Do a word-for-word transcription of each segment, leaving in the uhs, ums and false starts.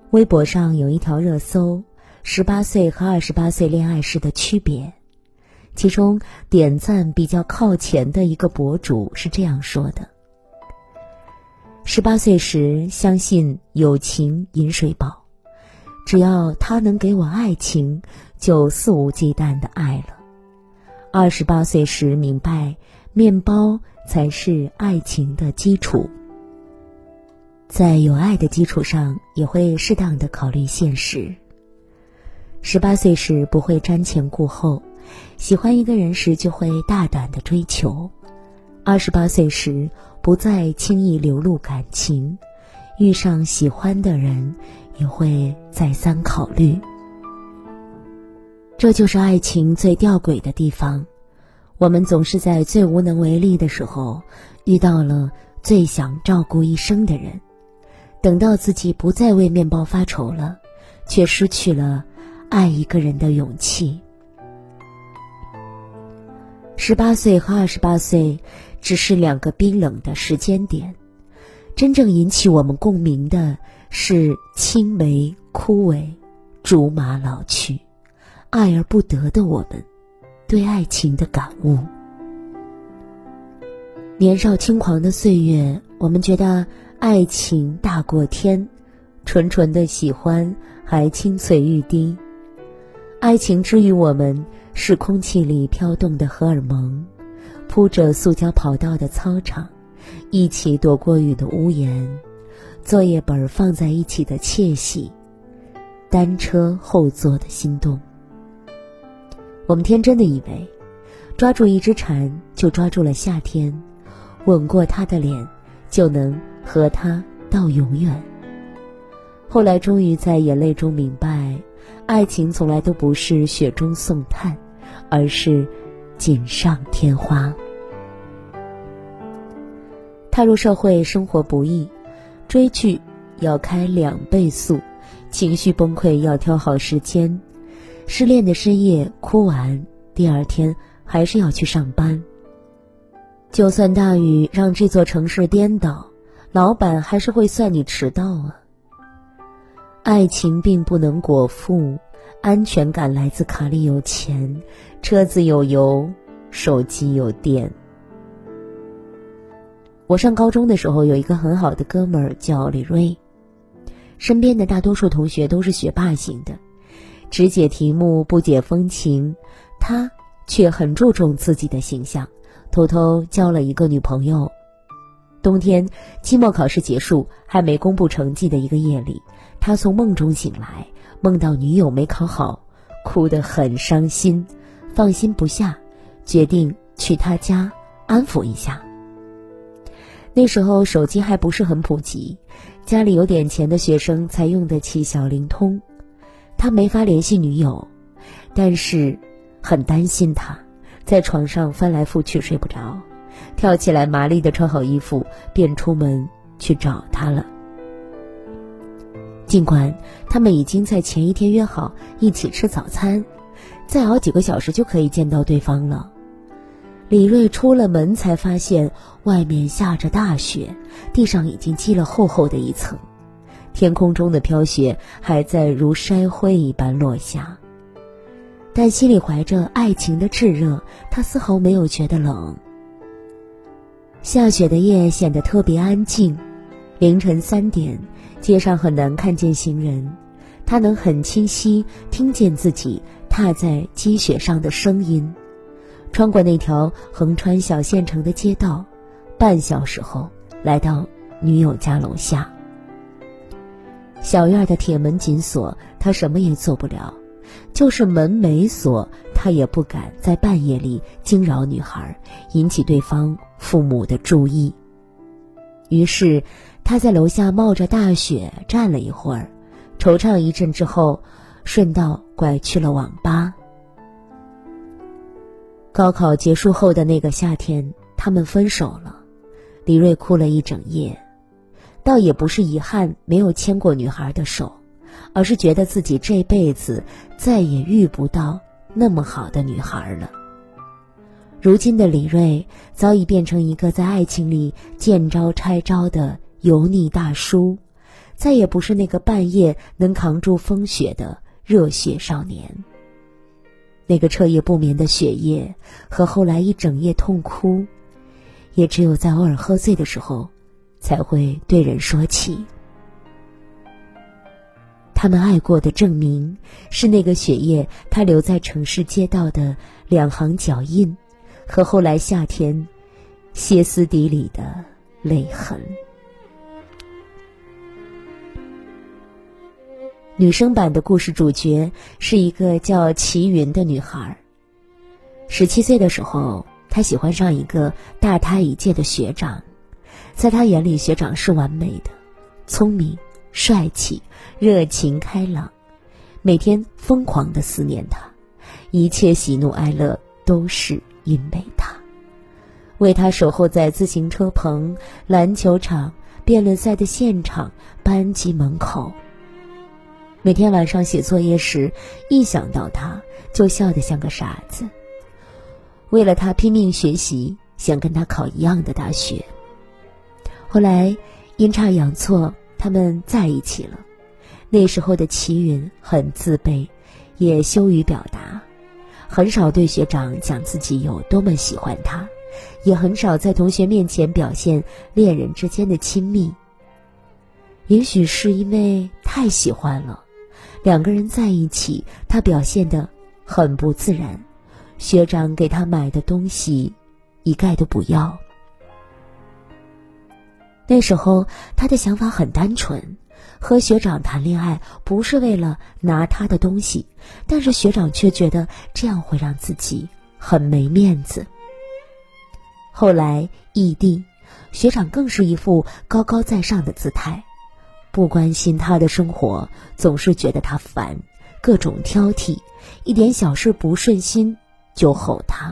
微博上有一条热搜，十八岁和二十八岁恋爱时的区别。其中点赞比较靠前的一个博主是这样说的：十八岁时相信友情饮水饱，只要他能给我爱情，就肆无忌惮的爱了。二十八岁时明白，面包才是爱情的基础。在有爱的基础上，也会适当的考虑现实。十八岁时不会瞻前顾后，喜欢一个人时就会大胆的追求。二十八岁时不再轻易流露感情，遇上喜欢的人也会再三考虑。这就是爱情最吊诡的地方，我们总是在最无能为力的时候，遇到了最想照顾一生的人，等到自己不再为面包发愁了，却失去了爱一个人的勇气。十八岁和二十八岁只是两个冰冷的时间点，真正引起我们共鸣的是青梅枯萎，竹马老去，爱而不得的我们对爱情的感悟。年少轻狂的岁月，我们觉得爱情大过天，纯纯的喜欢还清脆欲滴。爱情之于我们是空气里飘动的荷尔蒙，铺着塑胶跑道的操场，一起躲过雨的屋檐，作业本放在一起的窃喜，单车后座的心动。我们天真的以为抓住一只蝉就抓住了夏天，吻过他的脸就能和他到永远。后来终于在眼泪中明白，爱情从来都不是雪中送炭，而是锦上添花。踏入社会，生活不易，追剧要开两倍速，情绪崩溃要挑好时间，失恋的深夜哭完，第二天还是要去上班。就算大雨让这座城市颠倒，老板还是会算你迟到啊。爱情并不能果腹，安全感来自卡里有钱，车子有油，手机有电。我上高中的时候有一个很好的哥们儿叫李瑞，身边的大多数同学都是学霸型的，只解题目不解风情，他却很注重自己的形象，偷偷交了一个女朋友。冬天期末考试结束还没公布成绩的一个夜里，他从梦中醒来，梦到女友没考好，哭得很伤心，放心不下，决定去他家安抚一下。那时候手机还不是很普及，家里有点钱的学生才用得起小灵通。他没法联系女友，但是很担心她，在床上翻来覆去睡不着，跳起来麻利地穿好衣服，便出门去找她了。尽管他们已经在前一天约好一起吃早餐，再熬几个小时就可以见到对方了。李瑞出了门才发现外面下着大雪，地上已经积了厚厚的一层，天空中的飘雪还在如筛灰一般落下。但心里怀着爱情的炙热，他丝毫没有觉得冷。下雪的夜显得特别安静，凌晨三点，街上很难看见行人，他能很清晰听见自己踏在积雪上的声音。穿过那条横穿小县城的街道，半小时后来到女友家楼下。小院的铁门紧锁，他什么也做不了，就是门没锁，他也不敢在半夜里惊扰女孩，引起对方父母的注意。于是他在楼下冒着大雪站了一会儿，惆怅一阵之后，顺道拐去了网吧。高考结束后的那个夏天，他们分手了。李瑞哭了一整夜，倒也不是遗憾没有牵过女孩的手，而是觉得自己这辈子再也遇不到那么好的女孩了。如今的李瑞早已变成一个在爱情里见招拆招的油腻大叔， 再也不是那个半夜能扛住风雪的热血少年。那个彻夜不眠的雪夜和后来一整夜痛哭，也只有在偶尔喝醉的时候才会对人说起。他们爱过的证明是那个雪夜他留在城市街道的两行脚印，和后来夏天歇斯底里的泪痕。女生版的故事主角是一个叫齐云的女孩。十七岁的时候，她喜欢上一个大她一届的学长，在她眼里，学长是完美的，聪明、帅气、热情开朗，每天疯狂地思念他，一切喜怒哀乐都是因为他，为他守候在自行车棚、篮球场、辩论赛的现场、班级门口。每天晚上写作业时，一想到他就笑得像个傻子，为了他拼命学习，想跟他考一样的大学。后来阴差阳错，他们在一起了。那时候的齐云很自卑，也羞于表达，很少对学长讲自己有多么喜欢他，也很少在同学面前表现恋人之间的亲密。也许是因为太喜欢了，两个人在一起，他表现得很不自然，学长给他买的东西一概都不要。那时候他的想法很单纯，和学长谈恋爱不是为了拿他的东西，但是学长却觉得这样会让自己很没面子。后来异地，学长更是一副高高在上的姿态，不关心他的生活，总是觉得他烦，各种挑剔，一点小事不顺心就吼他。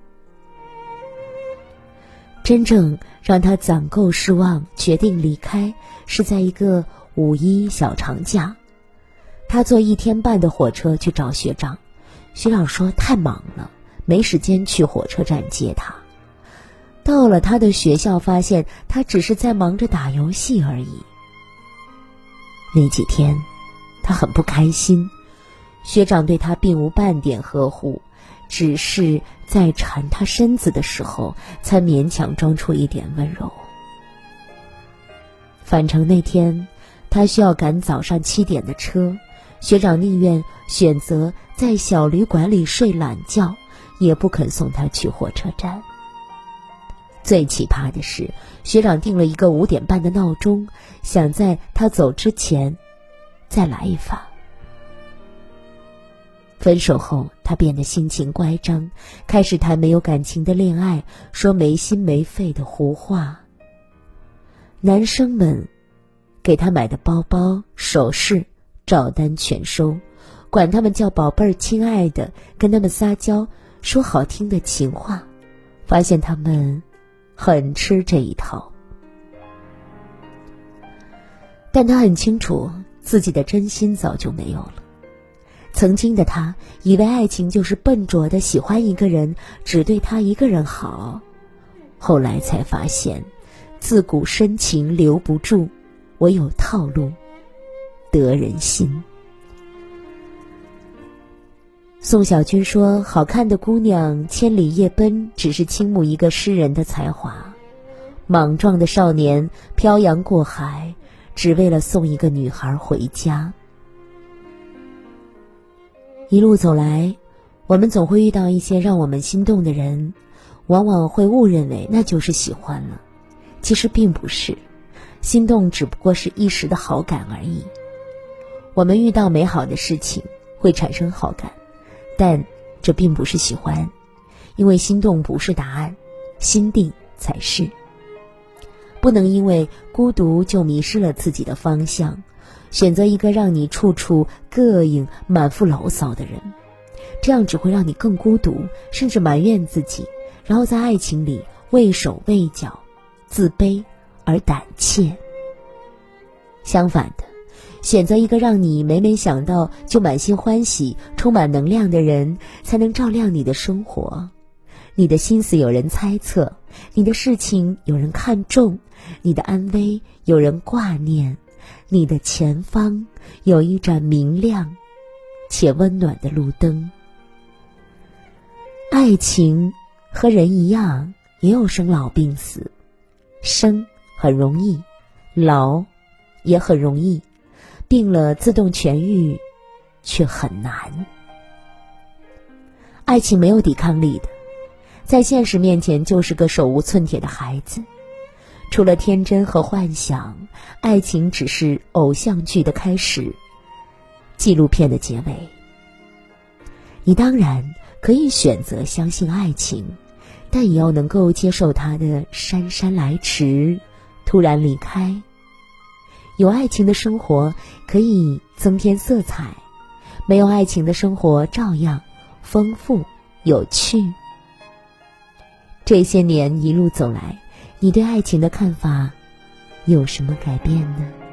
真正让他攒够失望，决定离开，是在一个五一小长假。他坐一天半的火车去找学长，学长说太忙了，没时间去火车站接他。到了他的学校，发现他只是在忙着打游戏而已。那几天他很不开心，学长对他并无半点呵护，只是在缠他身子的时候才勉强装出一点温柔。返程那天，他需要赶早上七点的车，学长宁愿选择在小旅馆里睡懒觉，也不肯送他去火车站。最奇葩的是，学长定了一个五点半的闹钟，想在他走之前再来一发。分手后，他变得心情乖张，开始谈没有感情的恋爱，说没心没肺的胡话。男生们给他买的包包、首饰照单全收，管他们叫宝贝儿、亲爱的，跟他们撒娇，说好听的情话，发现他们很吃这一套。但他很清楚，自己的真心早就没有了。曾经的他以为爱情就是笨拙的喜欢一个人，只对他一个人好，后来才发现，自古深情留不住，唯有套路得人心。宋小军说，好看的姑娘千里夜奔，只是倾慕一个诗人的才华；莽撞的少年漂洋过海，只为了送一个女孩回家。一路走来，我们总会遇到一些让我们心动的人，往往会误认为那就是喜欢了，其实并不是，心动只不过是一时的好感而已。我们遇到美好的事情会产生好感，但这并不是喜欢，因为心动不是答案，心定才是。不能因为孤独就迷失了自己的方向，选择一个让你处处膈应、满腹牢骚的人，这样只会让你更孤独，甚至埋怨自己，然后在爱情里畏手畏脚，自卑而胆怯。相反的，选择一个让你每每想到就满心欢喜、充满能量的人，才能照亮你的生活。你的心思有人猜测，你的事情有人看重，你的安危有人挂念， 你的前方有一盏明亮且温暖的路灯。爱情和人一样，也有生老病死，生很容易，老也很容易，病了自动痊愈却很难。爱情没有抵抗力的，在现实面前就是个手无寸铁的孩子。除了天真和幻想，爱情只是偶像剧的开始，纪录片的结尾。你当然可以选择相信爱情，但也要能够接受它的姗姗来迟，突然离开。有爱情的生活可以增添色彩，没有爱情的生活照样丰富有趣。这些年一路走来，你对爱情的看法有什么改变呢？